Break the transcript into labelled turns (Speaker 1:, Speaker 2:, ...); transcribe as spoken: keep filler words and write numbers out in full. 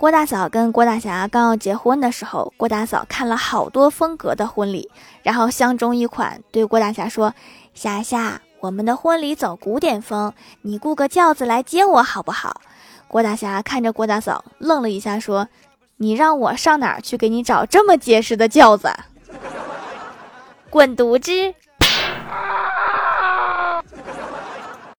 Speaker 1: 郭大嫂跟郭大侠刚要结婚的时候，郭大嫂看了好多风格的婚礼，然后相中一款，对郭大侠说：侠侠，我们的婚礼走古典风，你雇个轿子来接我好不好？郭大侠看着郭大嫂愣了一下，说：你让我上哪儿去给你找这么结实的轿子？滚犊子！